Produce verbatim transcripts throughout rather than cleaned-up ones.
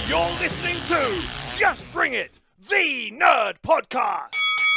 You're listening to Just Bring It, the Nerd Podcast.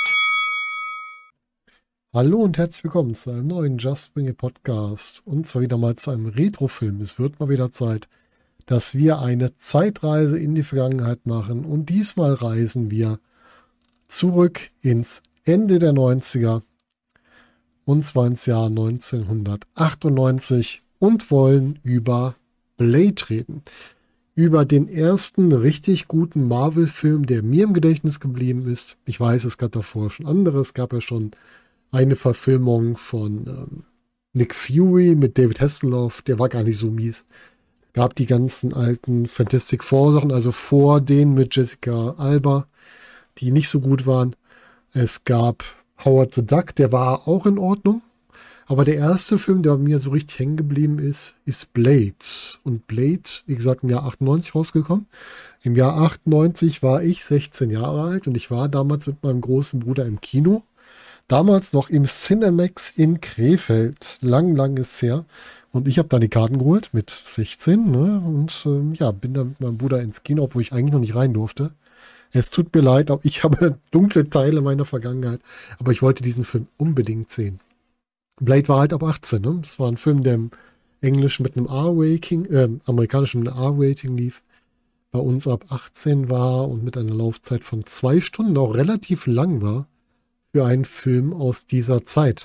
Hallo und herzlich willkommen zu einem neuen Just Bring It Podcast. Und zwar wieder mal zu einem Retrofilm. Es wird mal wieder Zeit, dass wir eine Zeitreise in die Vergangenheit machen. Und diesmal reisen wir zurück ins Ende der neunziger. Und zwar ins Jahr neunzehnhundertachtundneunzig. Und wollen über Blade reden. Über den ersten richtig guten Marvel-Film, der mir im Gedächtnis geblieben ist. Ich weiß, es gab davor schon andere. Es gab ja schon eine Verfilmung von ähm, Nick Fury mit David Hasselhoff. Der war gar nicht so mies. Es gab die ganzen alten Fantastic Four Sachen, also vor denen mit Jessica Alba, die nicht so gut waren. Es gab Howard the Duck, der war auch in Ordnung. Aber der erste Film, der mir so richtig hängen geblieben ist, ist Blade. Und Blade, wie gesagt, im Jahr achtundneunzig rausgekommen. Im Jahr achtundneunzig war ich sechzehn Jahre alt und ich war damals mit meinem großen Bruder im Kino. Damals noch im Cinemax in Krefeld. Lang, lang ist her. Und ich habe da die Karten geholt mit sechzehn. Ne? Und ähm, ja, bin dann mit meinem Bruder ins Kino, obwohl ich eigentlich noch nicht rein durfte. Es tut mir leid, auch ich habe dunkle Teile meiner Vergangenheit. Aber ich wollte diesen Film unbedingt sehen. Blade war halt ab achtzehn. Ne? Das war ein Film, der im Englischen mit einem R-Rating, äh, amerikanischen mit einem R-Rating lief. Bei uns ab achtzehn war und mit einer Laufzeit von zwei Stunden auch relativ lang war für einen Film aus dieser Zeit.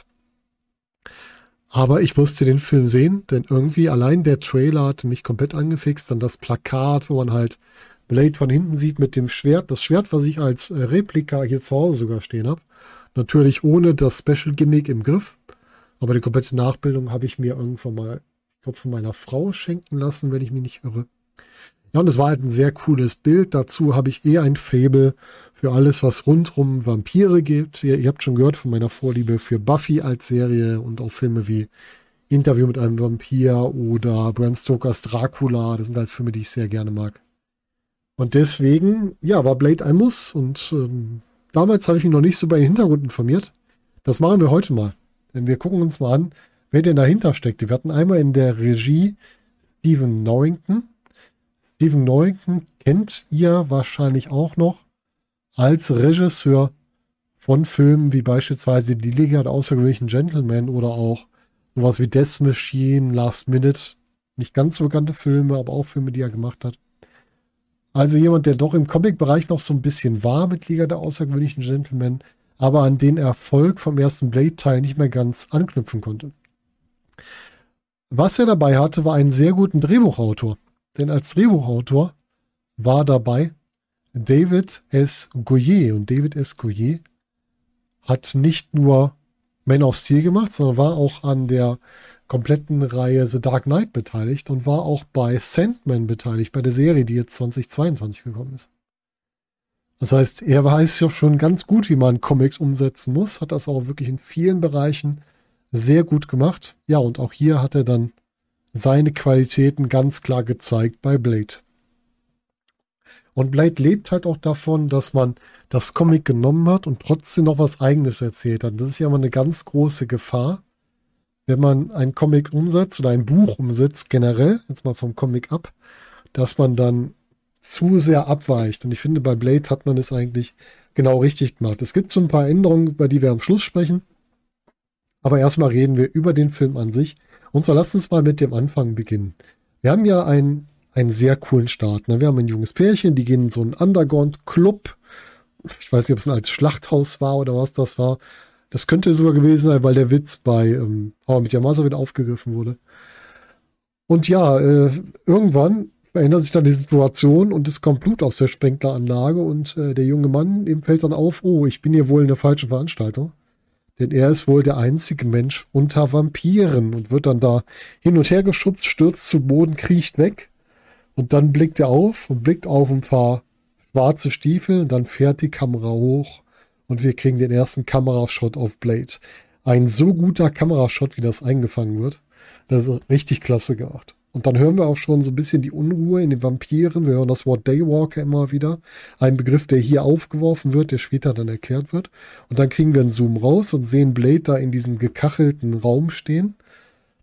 Aber ich musste den Film sehen, denn irgendwie allein der Trailer hat mich komplett angefixt. Dann das Plakat, wo man halt Blade von hinten sieht mit dem Schwert. Das Schwert, was ich als Replika hier zu Hause sogar stehen habe. Natürlich ohne das Special Gimmick im Griff. Aber die komplette Nachbildung habe ich mir irgendwann mal, ich glaube, von meiner Frau schenken lassen, wenn ich mich nicht irre. Ja, und es war halt ein sehr cooles Bild. Dazu habe ich eher ein Faible für alles, was rundrum Vampire gibt. Ihr, ihr habt schon gehört von meiner Vorliebe für Buffy als Serie und auch Filme wie Interview mit einem Vampir oder Bram Stokers Dracula. Das sind halt Filme, die ich sehr gerne mag. Und deswegen, ja, war Blade ein Muss. Und ähm, damals habe ich mich noch nicht so über den Hintergrund informiert. Das machen wir heute mal. Denn wir gucken uns mal an, wer denn dahinter steckte. Wir hatten einmal in der Regie Stephen Norrington. Stephen Norrington kennt ihr wahrscheinlich auch noch als Regisseur von Filmen wie beispielsweise Die Liga der außergewöhnlichen Gentlemen oder auch sowas wie Death Machine, Last Minute. Nicht ganz so bekannte Filme, aber auch Filme, die er gemacht hat. Also jemand, der doch im Comic-Bereich noch so ein bisschen war mit Liga der außergewöhnlichen Gentlemen, aber an den Erfolg vom ersten Blade-Teil nicht mehr ganz anknüpfen konnte. Was er dabei hatte, war einen sehr guten Drehbuchautor. Denn als Drehbuchautor war dabei David S. Goyer. Und David S. Goyer hat nicht nur Man of Steel gemacht, sondern war auch an der kompletten Reihe The Dark Knight beteiligt und war auch bei Sandman beteiligt, bei der Serie, die jetzt zweitausendzweiundzwanzig gekommen ist. Das heißt, er weiß ja schon ganz gut, wie man Comics umsetzen muss, hat das auch wirklich in vielen Bereichen sehr gut gemacht. Ja, und auch hier hat er dann seine Qualitäten ganz klar gezeigt bei Blade. Und Blade lebt halt auch davon, dass man das Comic genommen hat und trotzdem noch was Eigenes erzählt hat. Das ist ja immer eine ganz große Gefahr, wenn man ein Comic umsetzt oder ein Buch umsetzt, generell, jetzt mal vom Comic ab, dass man dann zu sehr abweicht. Und ich finde, bei Blade hat man es eigentlich genau richtig gemacht. Es gibt so ein paar Änderungen, über die wir am Schluss sprechen. Aber erstmal reden wir über den Film an sich. Und zwar lasst uns mal mit dem Anfang beginnen. Wir haben ja einen, einen sehr coolen Start. Ne? Wir haben ein junges Pärchen, die gehen in so einen Underground-Club. Ich weiß nicht, ob es ein altes Schlachthaus war oder was das war. Das könnte sogar gewesen sein, weil der Witz bei ähm, How I Met Your Mother wieder aufgegriffen wurde. Und ja, äh, irgendwann verändert sich dann die Situation und es kommt Blut aus der Sprenkleranlage und äh, der junge Mann, dem fällt dann auf, oh, ich bin hier wohl in der falschen Veranstaltung. Denn er ist wohl der einzige Mensch unter Vampiren und wird dann da hin und her geschubst, stürzt zu Boden, kriecht weg und dann blickt er auf und blickt auf ein paar schwarze Stiefel und dann fährt die Kamera hoch und wir kriegen den ersten Kamerashot auf Blade. Ein so guter Kamerashot, wie das eingefangen wird, das ist richtig klasse gemacht. Und dann hören wir auch schon so ein bisschen die Unruhe in den Vampiren. Wir hören das Wort Daywalker immer wieder. Ein Begriff, der hier aufgeworfen wird, der später dann erklärt wird. Und dann kriegen wir einen Zoom raus und sehen Blade da in diesem gekachelten Raum stehen.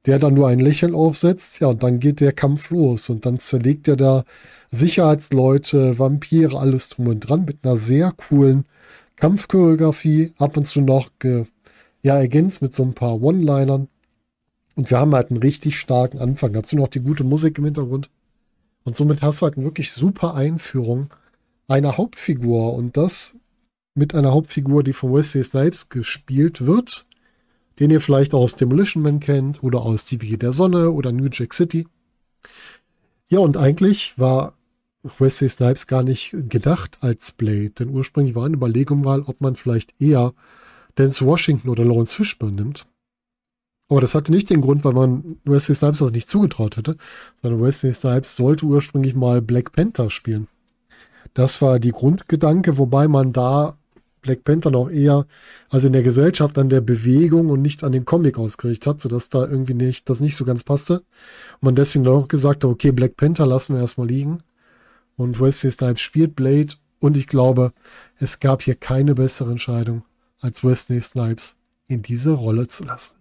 der dann nur ein Lächeln aufsetzt. Ja, und dann geht der Kampf los. Und dann zerlegt er da Sicherheitsleute, Vampire, alles drum und dran mit einer sehr coolen Kampfchoreografie. Ab und zu noch ge, ja, ergänzt mit so ein paar One-Linern. Und wir haben halt einen richtig starken Anfang. Dazu noch die gute Musik im Hintergrund. Und somit hast du halt eine wirklich super Einführung einer Hauptfigur. Und das mit einer Hauptfigur, die von Wesley Snipes gespielt wird, den ihr vielleicht auch aus Demolition Man kennt oder aus Die Wiege der Sonne oder New Jack City. Ja, und eigentlich war Wesley Snipes gar nicht gedacht als Blade, denn ursprünglich war eine Überlegung mal, ob man vielleicht eher Denzel Washington oder Lawrence Fishburne nimmt. Aber das hatte nicht den Grund, weil man Wesley Snipes das nicht zugetraut hätte, sondern Wesley Snipes sollte ursprünglich mal Black Panther spielen. Das war die Grundgedanke, wobei man da Black Panther noch eher, also in der Gesellschaft an der Bewegung und nicht an den Comic ausgerichtet hat, sodass da irgendwie nicht, das nicht so ganz passte. Und man deswegen auch gesagt hat, okay, Black Panther lassen wir erstmal liegen. Und Wesley Snipes spielt Blade. Und ich glaube, es gab hier keine bessere Entscheidung, als Wesley Snipes in diese Rolle zu lassen.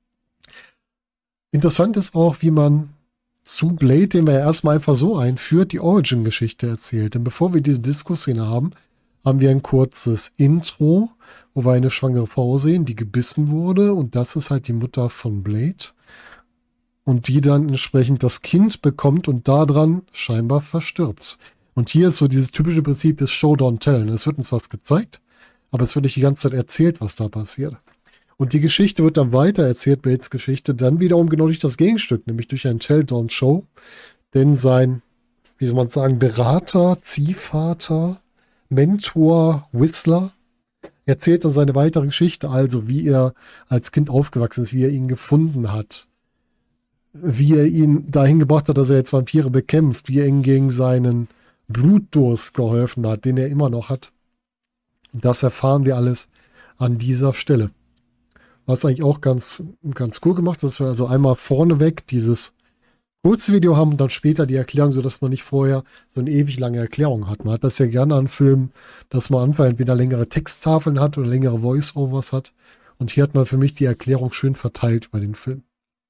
Interessant ist auch, wie man zu Blade, den wir ja erstmal einfach so einführt, die Origin-Geschichte erzählt. Denn bevor wir diese Disco-Szene haben, haben wir ein kurzes Intro, wo wir eine schwangere Frau sehen, die gebissen wurde. Und das ist halt die Mutter von Blade. Und die dann entsprechend das Kind bekommt und daran scheinbar verstirbt. Und hier ist so dieses typische Prinzip des Show Don't Tell. Es wird uns was gezeigt, aber es wird nicht die ganze Zeit erzählt, was da passiert. Und die Geschichte wird dann weiter erzählt, Blades Geschichte, dann wiederum genau durch das Gegenstück, nämlich durch ein Tell Don't Show. Denn sein, wie soll man sagen, Berater, Ziehvater, Mentor, Whistler, erzählt dann seine weitere Geschichte, also wie er als Kind aufgewachsen ist, wie er ihn gefunden hat, wie er ihn dahin gebracht hat, dass er jetzt Vampire bekämpft, wie er ihm gegen seinen Blutdurst geholfen hat, den er immer noch hat. Das erfahren wir alles an dieser Stelle. Was eigentlich auch ganz, ganz cool gemacht ist, dass wir also einmal vorneweg dieses kurze Video haben und dann später die Erklärung, sodass man nicht vorher so eine ewig lange Erklärung hat. Man hat das ja gerne an Filmen, dass man anfangs entweder längere Texttafeln hat oder längere Voice-Overs hat. Und hier hat man für mich die Erklärung schön verteilt über den Film.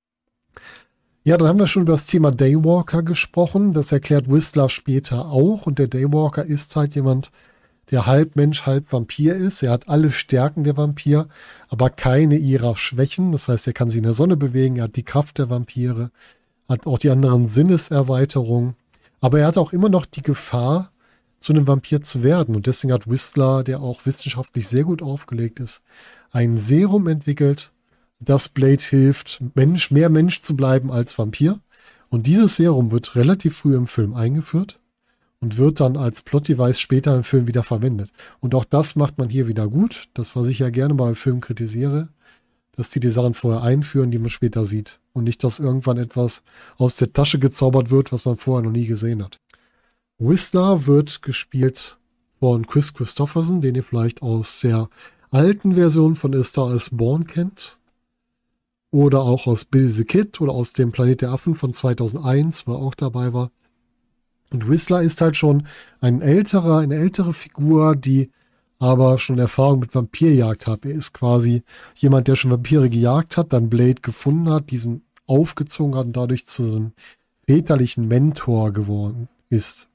Ja, dann haben wir schon über das Thema Daywalker gesprochen. Das erklärt Whistler später auch. Und der Daywalker ist halt jemand, der halb Mensch, halb Vampir ist. Er hat alle Stärken der Vampir, aber keine ihrer Schwächen. Das heißt, er kann sich in der Sonne bewegen, er hat die Kraft der Vampire, hat auch die anderen Sinneserweiterungen. Aber er hat auch immer noch die Gefahr, zu einem Vampir zu werden. Und deswegen hat Whistler, der auch wissenschaftlich sehr gut aufgelegt ist, ein Serum entwickelt, das Blade hilft, Mensch, mehr Mensch zu bleiben als Vampir. Und dieses Serum wird relativ früh im Film eingeführt und wird dann als Plot-Device später im Film wieder verwendet. Und auch das macht man hier wieder gut. Das, was ich ja gerne bei Filmen kritisiere, dass die die Sachen vorher einführen, die man später sieht. Und nicht, dass irgendwann etwas aus der Tasche gezaubert wird, was man vorher noch nie gesehen hat. Whistler wird gespielt von Chris Christopherson, den ihr vielleicht aus der alten Version von A Star is Born kennt. Oder auch aus Billy the Kid oder aus dem Planet der Affen von zweitausendeins, wo er auch dabei war. Und Whistler ist halt schon ein älterer, eine ältere Figur, die aber schon Erfahrung mit Vampirjagd hat. Er ist quasi jemand, der schon Vampire gejagt hat, dann Blade gefunden hat, diesen aufgezogen hat und dadurch zu einem väterlichen Mentor geworden ist.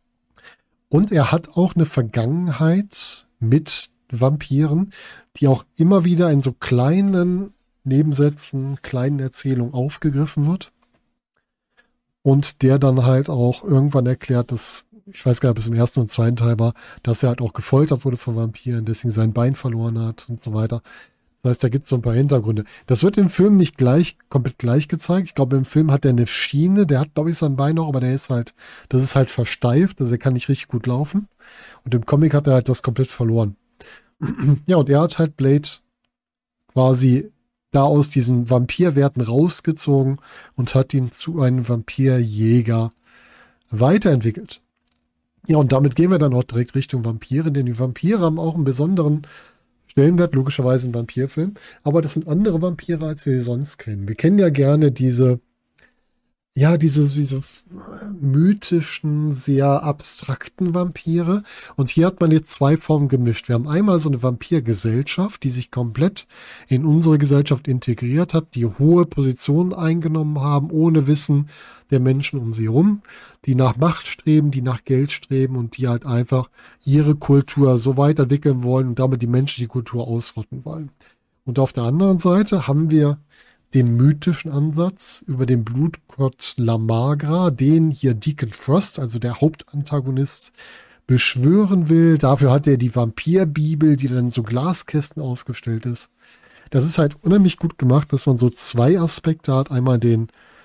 Und er hat auch eine Vergangenheit mit Vampiren, die auch immer wieder in so kleinen Nebensätzen, kleinen Erzählungen aufgegriffen wird. Und der dann halt auch irgendwann erklärt, dass, ich weiß gar nicht, ob es im ersten und zweiten Teil war, dass er halt auch gefoltert wurde von Vampiren, deswegen sein Bein verloren hat und so weiter. Das heißt, da gibt es so ein paar Hintergründe. Das wird im Film nicht gleich, komplett gleich gezeigt. Ich glaube, im Film hat er eine Schiene, der hat, glaube ich, sein Bein noch, aber der ist halt, das ist halt versteift, also er kann nicht richtig gut laufen. Und im Comic hat er halt das komplett verloren. Ja, und er hat halt Blade quasi da aus diesen Vampirwerten rausgezogen und hat ihn zu einem Vampirjäger weiterentwickelt. Ja, und damit gehen wir dann auch direkt Richtung Vampire, denn die Vampire haben auch einen besonderen Stellenwert, logischerweise im Vampirfilm, aber das sind andere Vampire, als wir sie sonst kennen. Wir kennen ja gerne diese ja, diese, diese mythischen, sehr abstrakten Vampire. Und hier hat man jetzt zwei Formen gemischt. Wir haben einmal so eine Vampirgesellschaft, die sich komplett in unsere Gesellschaft integriert hat, die hohe Positionen eingenommen haben, ohne Wissen der Menschen um sie rum, die nach Macht streben, die nach Geld streben und die halt einfach ihre Kultur so weiterentwickeln wollen und damit die menschliche Kultur ausrotten wollen. Und auf der anderen Seite haben wir den mythischen Ansatz über den Blutgott La Magra, den hier Deacon Frost, also der Hauptantagonist, beschwören will. Dafür hat er die Vampirbibel, die dann in so Glaskästen ausgestellt ist. Das ist halt unheimlich gut gemacht, dass man so zwei Aspekte hat. Einmal den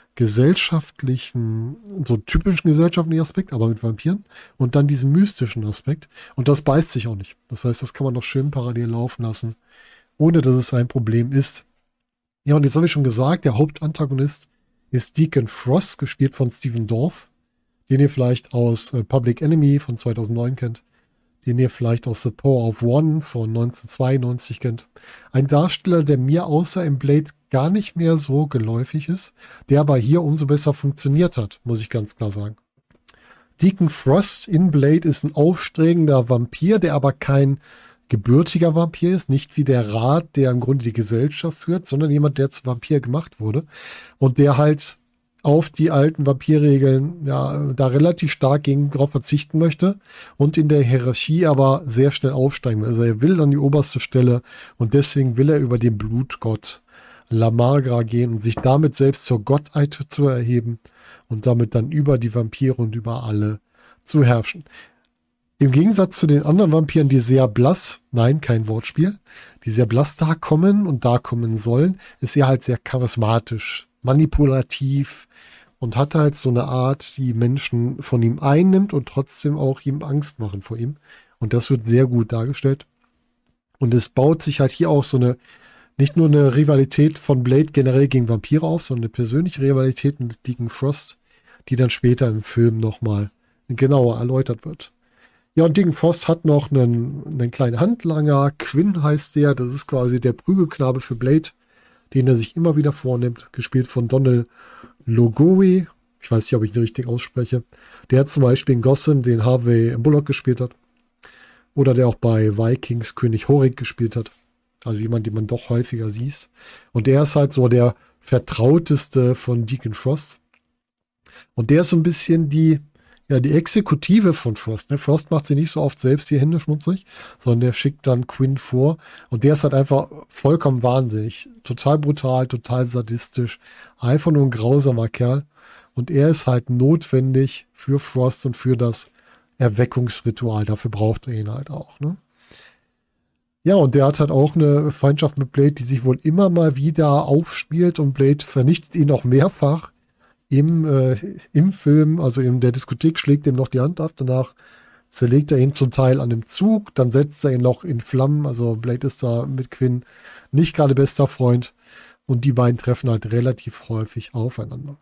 gesellschaftlichen, so typischen gesellschaftlichen Aspekt, aber mit Vampiren. Und dann diesen mystischen Aspekt. Und das beißt sich auch nicht. Das heißt, das kann man noch schön parallel laufen lassen, ohne dass es ein Problem ist. Ja, und jetzt habe ich schon gesagt, der Hauptantagonist ist Deacon Frost, gespielt von Stephen Dorff, den ihr vielleicht aus äh, Public Enemy von zweitausendneun kennt, den ihr vielleicht aus The Power of One von neunzehnhundertzweiundneunzig kennt. Ein Darsteller, der mir außer im Blade gar nicht mehr so geläufig ist, der aber hier umso besser funktioniert hat, muss ich ganz klar sagen. Deacon Frost in Blade ist ein aufstrebender Vampir, der aber kein gebürtiger Vampir ist, nicht wie der Rat, der im Grunde die Gesellschaft führt, sondern jemand, der zu Vampir gemacht wurde und der halt auf die alten Vampirregeln ja da relativ stark gegen drauf verzichten möchte und in der Hierarchie aber sehr schnell aufsteigen will. Also er will an die oberste Stelle und deswegen will er über den Blutgott La Magra gehen und sich damit selbst zur Gottheit zu erheben und damit dann über die Vampire und über alle zu herrschen. Im Gegensatz zu den anderen Vampiren, die sehr blass, nein, kein Wortspiel, die sehr blass da kommen und da kommen sollen, ist er halt sehr charismatisch, manipulativ und hat halt so eine Art, die Menschen von ihm einnimmt und trotzdem auch ihm Angst machen vor ihm. Und das wird sehr gut dargestellt. Und es baut sich halt hier auch so eine, nicht nur eine Rivalität von Blade generell gegen Vampire auf, sondern eine persönliche Rivalität mit Deacon Frost, die dann später im Film nochmal genauer erläutert wird. Ja, und Deacon Frost hat noch einen, einen kleinen Handlanger, Quinn heißt der, das ist quasi der Prügelknabe für Blade, den er sich immer wieder vornimmt, gespielt von Donald Logowe, ich weiß nicht, ob ich ihn richtig ausspreche, der hat zum Beispiel in Gotham den Harvey Bullock gespielt hat, oder der auch bei Vikings König Horik gespielt hat, also jemand, den man doch häufiger sieht, und der ist halt so der vertrauteste von Deacon Frost, und der ist so ein bisschen die Ja, die Exekutive von Frost. Ne? Frost macht sie nicht so oft selbst die Hände schmutzig, sondern der schickt dann Quinn vor. Und der ist halt einfach vollkommen wahnsinnig. Total brutal, total sadistisch. Einfach nur ein grausamer Kerl. Und er ist halt notwendig für Frost und für das Erweckungsritual. Dafür braucht er ihn halt auch. Ne? Ja, und der hat halt auch eine Feindschaft mit Blade, die sich wohl immer mal wieder aufspielt. Und Blade vernichtet ihn auch mehrfach. Im, äh, im Film, also in der Diskothek, schlägt ihm noch die Hand ab. Danach zerlegt er ihn zum Teil an dem Zug. Dann setzt er ihn noch in Flammen. Also Blade ist da mit Quinn nicht gerade bester Freund. Und die beiden treffen halt relativ häufig aufeinander.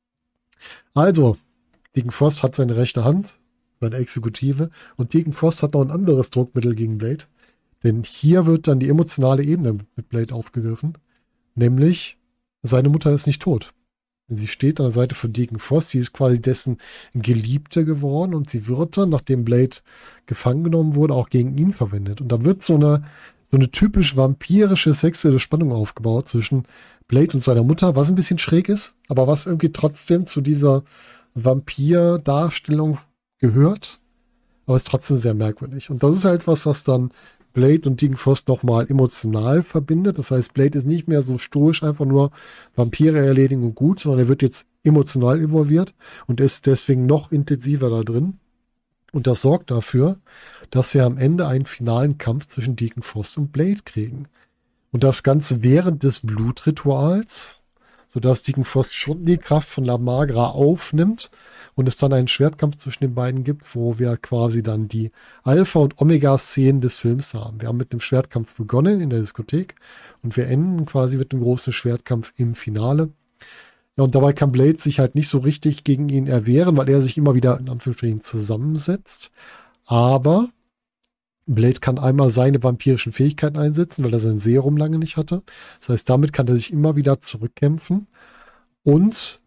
Also, Deacon Frost hat seine rechte Hand, seine Exekutive. Und Deacon Frost hat noch ein anderes Druckmittel gegen Blade. Denn hier wird dann die emotionale Ebene mit Blade aufgegriffen. Nämlich, seine Mutter ist nicht tot. Sie steht an der Seite von Deacon Frost, sie ist quasi dessen Geliebte geworden und sie wird dann, nachdem Blade gefangen genommen wurde, auch gegen ihn verwendet. Und da wird so eine, so eine typisch vampirische sexuelle Spannung aufgebaut zwischen Blade und seiner Mutter, was ein bisschen schräg ist, aber was irgendwie trotzdem zu dieser Vampir-Darstellung gehört, aber ist trotzdem sehr merkwürdig. Und das ist halt was, was dann Blade und Deacon Frost nochmal emotional verbindet. Das heißt, Blade ist nicht mehr so stoisch einfach nur Vampire erledigen und gut, sondern er wird jetzt emotional involviert und ist deswegen noch intensiver da drin. Und das sorgt dafür, dass wir am Ende einen finalen Kampf zwischen Deacon Frost und Blade kriegen. Und das Ganze während des Blutrituals, sodass Deacon Frost schon die Kraft von La Magra aufnimmt und es dann einen Schwertkampf zwischen den beiden gibt, wo wir quasi dann die Alpha- und Omega-Szenen des Films haben. Wir haben mit einem Schwertkampf begonnen in der Diskothek und wir enden quasi mit einem großen Schwertkampf im Finale. Ja, und dabei kann Blade sich halt nicht so richtig gegen ihn erwehren, weil er sich immer wieder in Anführungsstrichen zusammensetzt. Aber Blade kann einmal seine vampirischen Fähigkeiten einsetzen, weil er sein Serum lange nicht hatte. Das heißt, damit kann er sich immer wieder zurückkämpfen. Und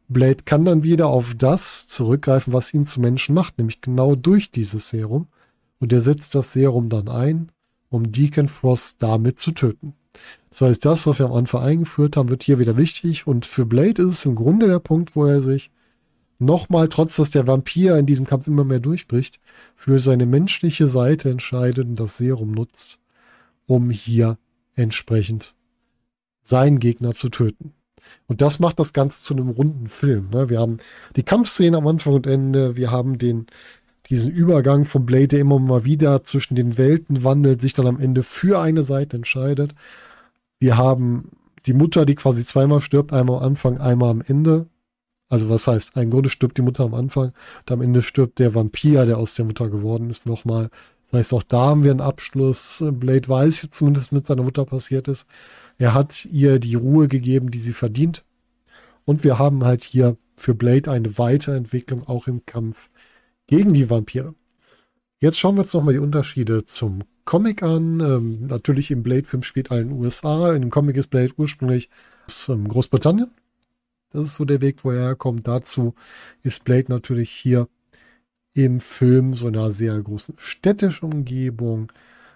Blade kann dann wieder auf das zurückgreifen, was ihn zum Menschen macht, nämlich genau durch dieses Serum. Und er setzt das Serum dann ein, um Deacon Frost damit zu töten. Das heißt, das, was wir am Anfang eingeführt haben, wird hier wieder wichtig. Und für Blade ist es im Grunde der Punkt, wo er sich nochmal, trotz dass der Vampir in diesem Kampf immer mehr durchbricht, für seine menschliche Seite entscheidet und das Serum nutzt, um hier entsprechend seinen Gegner zu töten. Und das macht das Ganze zu einem runden Film. Ne? Wir haben die Kampfszene am Anfang und Ende, wir haben den, diesen Übergang von Blade, der immer mal wieder zwischen den Welten wandelt, sich dann am Ende für eine Seite entscheidet. Wir haben die Mutter, die quasi zweimal stirbt, einmal am Anfang, einmal am Ende. Also was heißt, im Grunde stirbt die Mutter am Anfang und am Ende stirbt der Vampir, der aus der Mutter geworden ist, nochmal. Das heißt, auch da haben wir einen Abschluss. Blade weiß jetzt zumindest, mit seiner Mutter passiert ist. Er hat ihr die Ruhe gegeben, die sie verdient. Und wir haben halt hier für Blade eine Weiterentwicklung auch im Kampf gegen die Vampire. Jetzt schauen wir uns nochmal die Unterschiede zum Comic an. Ähm, natürlich im Blade-Film spielt all in den U S A. In dem Comic ist Blade ursprünglich aus ähm, Großbritannien. Das ist so der Weg, wo er herkommt. Dazu ist Blade natürlich hier im Film so einer sehr großen städtischen Umgebung.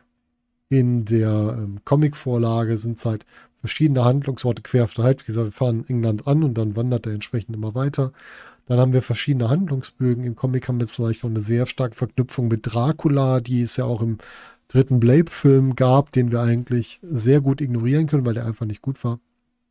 In der ähm, Comic-Vorlage sind es halt verschiedene Handlungsorte quer verteilt. Wie gesagt, wir fahren in England an und dann wandert er entsprechend immer weiter. Dann haben wir verschiedene Handlungsbögen. Im Comic haben wir zum Beispiel eine sehr starke Verknüpfung mit Dracula, die es ja auch im dritten Blade-Film gab, den wir eigentlich sehr gut ignorieren können, weil der einfach nicht gut war.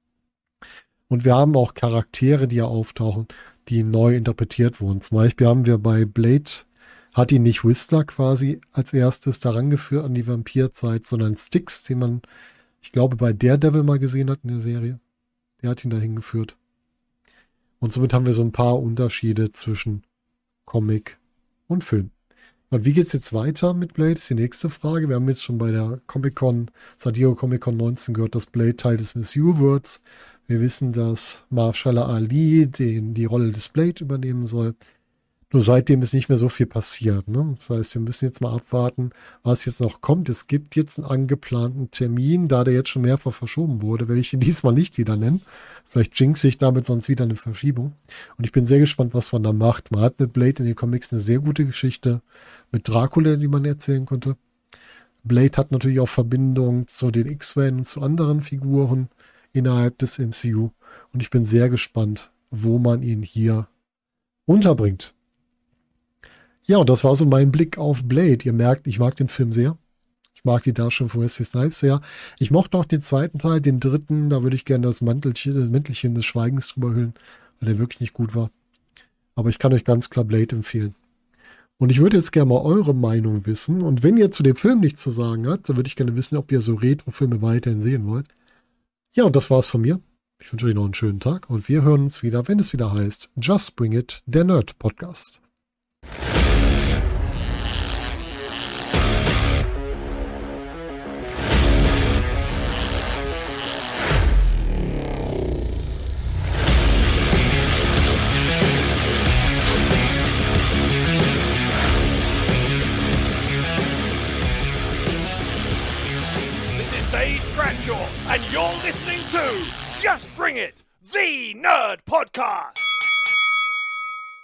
Und wir haben auch Charaktere, die ja auftauchen, die neu interpretiert wurden. Zum Beispiel haben wir bei Blade, hat ihn nicht Whistler quasi als erstes daran geführt an die Vampirzeit, sondern Styx, den man, ich glaube, bei Daredevil mal gesehen hat in der Serie. Der hat ihn dahin geführt. Und somit haben wir so ein paar Unterschiede zwischen Comic und Film. Und wie geht's jetzt weiter mit Blade, ist die nächste Frage. Wir haben jetzt schon bei der Comic-Con, San Diego Comic-Con neunzehn gehört, dass Blade Teil des M C U wird. Wir wissen, dass Mahershala Ali den, die Rolle des Blade übernehmen soll. Nur seitdem ist nicht mehr so viel passiert. Ne? Das heißt, wir müssen jetzt mal abwarten, was jetzt noch kommt. Es gibt jetzt einen angeplanten Termin, da der jetzt schon mehrfach verschoben wurde, werde ich ihn diesmal nicht wieder nennen. Vielleicht jinx ich damit sonst wieder eine Verschiebung. Und ich bin sehr gespannt, was man da macht. Man hat mit Blade in den Comics eine sehr gute Geschichte mit Dracula, die man erzählen konnte. Blade hat natürlich auch Verbindung zu den X-Men und zu anderen Figuren innerhalb des M C U. Und ich bin sehr gespannt, wo man ihn hier unterbringt. Ja, und das war so mein Blick auf Blade. Ihr merkt, ich mag den Film sehr. Ich mag die Darstellung von Wesley Snipes sehr. Ich mochte auch den zweiten Teil, den dritten, da würde ich gerne das Mantelchen, das Mäntelchen des Schweigens drüber hüllen, weil der wirklich nicht gut war. Aber ich kann euch ganz klar Blade empfehlen. Und ich würde jetzt gerne mal eure Meinung wissen. Und wenn ihr zu dem Film nichts zu sagen habt, dann würde ich gerne wissen, ob ihr so Retro-Filme weiterhin sehen wollt. Ja, und das war's von mir. Ich wünsche euch noch einen schönen Tag und wir hören uns wieder, wenn es wieder heißt Just Bring It, der Nerd Podcast. And you're listening to Just Bring It, the Nerd Podcast.